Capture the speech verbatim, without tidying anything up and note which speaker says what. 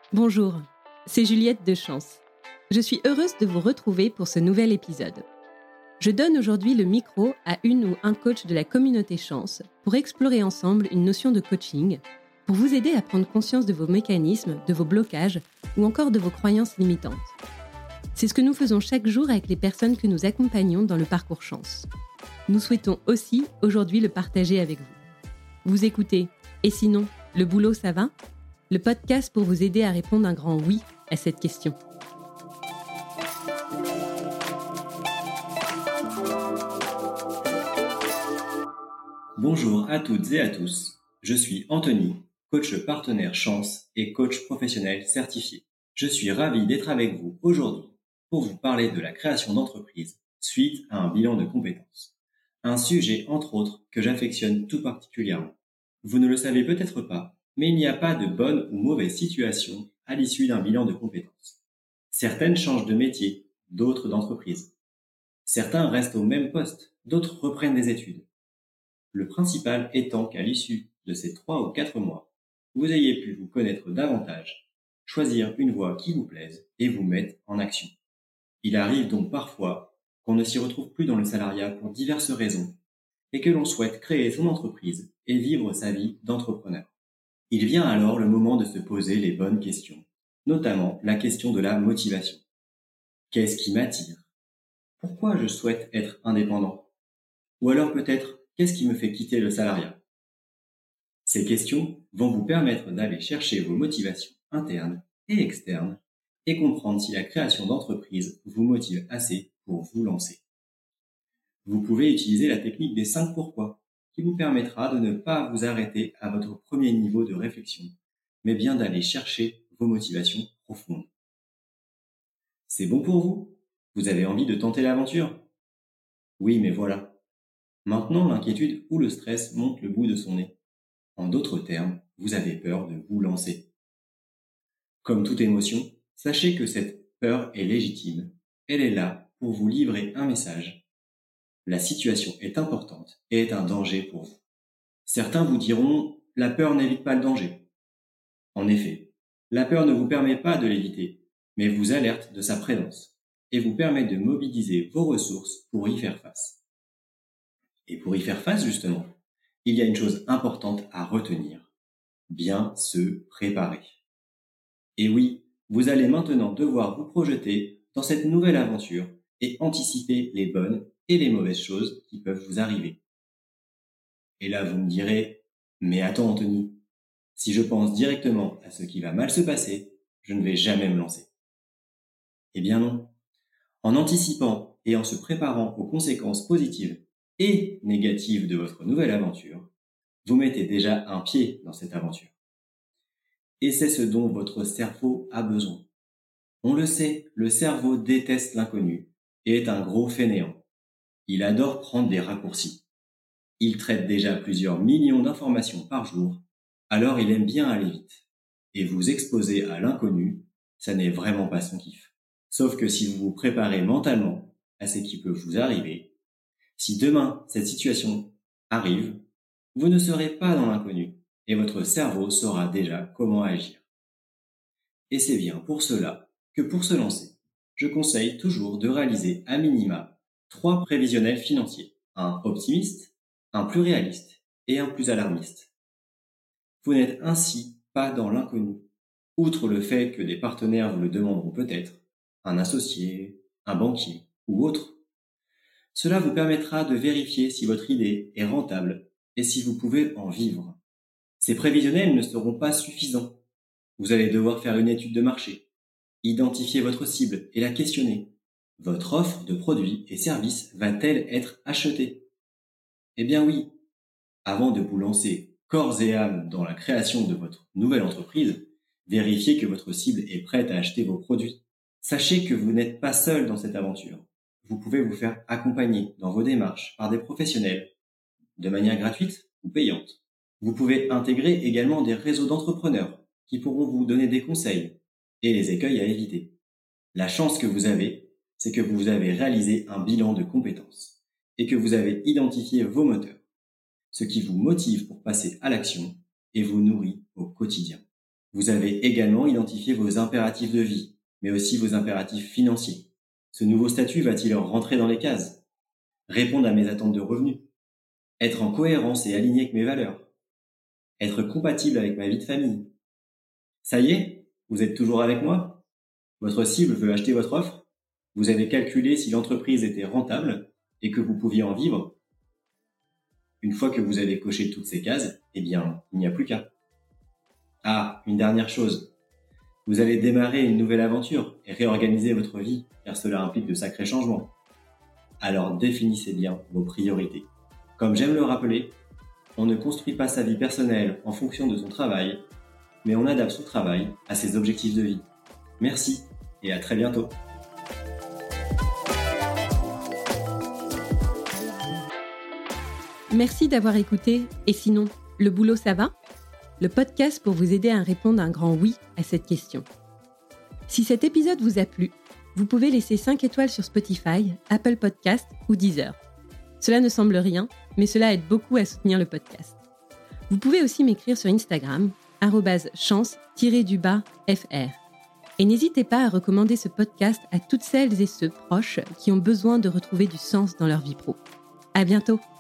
Speaker 1: Bonjour, c'est Juliette de Chance. Je suis heureuse de vous retrouver pour ce nouvel épisode. Je donne aujourd'hui le micro à une ou un coach de la communauté Chance pour explorer ensemble une notion de coaching, pour vous aider à prendre conscience de vos mécanismes, de vos blocages ou encore de vos croyances limitantes. C'est ce que nous faisons chaque jour avec les personnes que nous accompagnons dans le parcours Chance. Nous souhaitons aussi aujourd'hui le partager avec vous. Vous écoutez « Et sinon, le boulot, ça va ?» Le podcast pour vous aider à répondre un grand oui à cette question.
Speaker 2: Bonjour à toutes et à tous, je suis Anthony, coach partenaire Chance et coach professionnel certifié. Je suis ravi d'être avec vous aujourd'hui pour vous parler de la création d'entreprise suite à un bilan de compétences. Un sujet entre autres que j'affectionne tout particulièrement. Vous ne le savez peut-être pas, mais il n'y a pas de bonne ou mauvaise situation à l'issue d'un bilan de compétences. Certaines changent de métier, d'autres d'entreprise. Certains restent au même poste, d'autres reprennent des études. Le principal étant qu'à l'issue de ces trois ou quatre mois, vous ayez pu vous connaître davantage, choisir une voie qui vous plaise et vous mettre en action. Il arrive donc parfois qu'on ne s'y retrouve plus dans le salariat pour diverses raisons et que l'on souhaite créer son entreprise et vivre sa vie d'entrepreneur. Il vient alors le moment de se poser les bonnes questions, notamment la question de la motivation. Qu'est-ce qui m'attire ? Pourquoi je souhaite être indépendant ? Ou alors peut-être, qu'est-ce qui me fait quitter le salariat ? Ces questions vont vous permettre d'aller chercher vos motivations internes et externes et comprendre si la création d'entreprise vous motive assez pour vous lancer. Vous pouvez utiliser la technique des cinq pourquoi, qui vous permettra de ne pas vous arrêter à votre premier niveau de réflexion, mais bien d'aller chercher vos motivations profondes. C'est bon pour vous ? Vous avez envie de tenter l'aventure ? Oui, mais voilà. Maintenant, l'inquiétude ou le stress monte le bout de son nez. En d'autres termes, vous avez peur de vous lancer. Comme toute émotion, sachez que cette peur est légitime. Elle est là pour vous livrer un message. La situation est importante et est un danger pour vous. Certains vous diront « la peur n'évite pas le danger ». En effet, la peur ne vous permet pas de l'éviter, mais vous alerte de sa présence et vous permet de mobiliser vos ressources pour y faire face. Et pour y faire face, justement, il y a une chose importante à retenir, bien se préparer. Et oui, vous allez maintenant devoir vous projeter dans cette nouvelle aventure et anticiper les bonnes et les mauvaises choses qui peuvent vous arriver. Et là, vous me direz, mais attends Anthony, si je pense directement à ce qui va mal se passer, je ne vais jamais me lancer. Eh bien non. En anticipant et en se préparant aux conséquences positives et négatives de votre nouvelle aventure, vous mettez déjà un pied dans cette aventure. Et c'est ce dont votre cerveau a besoin. On le sait, le cerveau déteste l'inconnu et est un gros fainéant. Il adore prendre des raccourcis. Il traite déjà plusieurs millions d'informations par jour, alors il aime bien aller vite. Et vous exposer à l'inconnu, ça n'est vraiment pas son kiff. Sauf que si vous vous préparez mentalement à ce qui peut vous arriver, si demain cette situation arrive, vous ne serez pas dans l'inconnu et votre cerveau saura déjà comment agir. Et c'est bien pour cela que pour se lancer, je conseille toujours de réaliser à minima trois prévisionnels financiers, un optimiste, un plus réaliste et un plus alarmiste. Vous n'êtes ainsi pas dans l'inconnu, outre le fait que des partenaires vous le demanderont peut-être, un associé, un banquier ou autre. Cela vous permettra de vérifier si votre idée est rentable et si vous pouvez en vivre. Ces prévisionnels ne seront pas suffisants. Vous allez devoir faire une étude de marché, identifier votre cible et la questionner. Votre offre de produits et services va-t-elle être achetée ? Eh bien oui. Avant de vous lancer corps et âme dans la création de votre nouvelle entreprise, vérifiez que votre cible est prête à acheter vos produits. Sachez que vous n'êtes pas seul dans cette aventure. Vous pouvez vous faire accompagner dans vos démarches par des professionnels, de manière gratuite ou payante. Vous pouvez intégrer également des réseaux d'entrepreneurs qui pourront vous donner des conseils et les écueils à éviter. La chance que vous avez, c'est que vous avez réalisé un bilan de compétences et que vous avez identifié vos moteurs, ce qui vous motive pour passer à l'action et vous nourrit au quotidien. Vous avez également identifié vos impératifs de vie, mais aussi vos impératifs financiers. Ce nouveau statut va-t-il rentrer dans les cases? Répondre à mes attentes de revenus? Être en cohérence et aligné avec mes valeurs? Être compatible avec ma vie de famille? Ça y est, vous êtes toujours avec moi? Votre cible veut acheter votre offre? Vous avez calculé si l'entreprise était rentable et que vous pouviez en vivre? Une fois que vous avez coché toutes ces cases, eh bien, il n'y a plus qu'à. Ah, une dernière chose. Vous allez démarrer une nouvelle aventure et réorganiser votre vie, car cela implique de sacrés changements. Alors définissez bien vos priorités. Comme j'aime le rappeler, on ne construit pas sa vie personnelle en fonction de son travail, mais on adapte son travail à ses objectifs de vie. Merci et à très bientôt.
Speaker 1: Merci d'avoir écouté. Et sinon, le boulot, ça va? Le podcast pour vous aider à répondre un grand oui à cette question. Si cet épisode vous a plu, vous pouvez laisser cinq étoiles sur Spotify, Apple Podcasts ou Deezer. Cela ne semble rien, mais cela aide beaucoup à soutenir le podcast. Vous pouvez aussi m'écrire sur Instagram, arobase chance-du-bas fr. Et n'hésitez pas à recommander ce podcast à toutes celles et ceux proches qui ont besoin de retrouver du sens dans leur vie pro. À bientôt!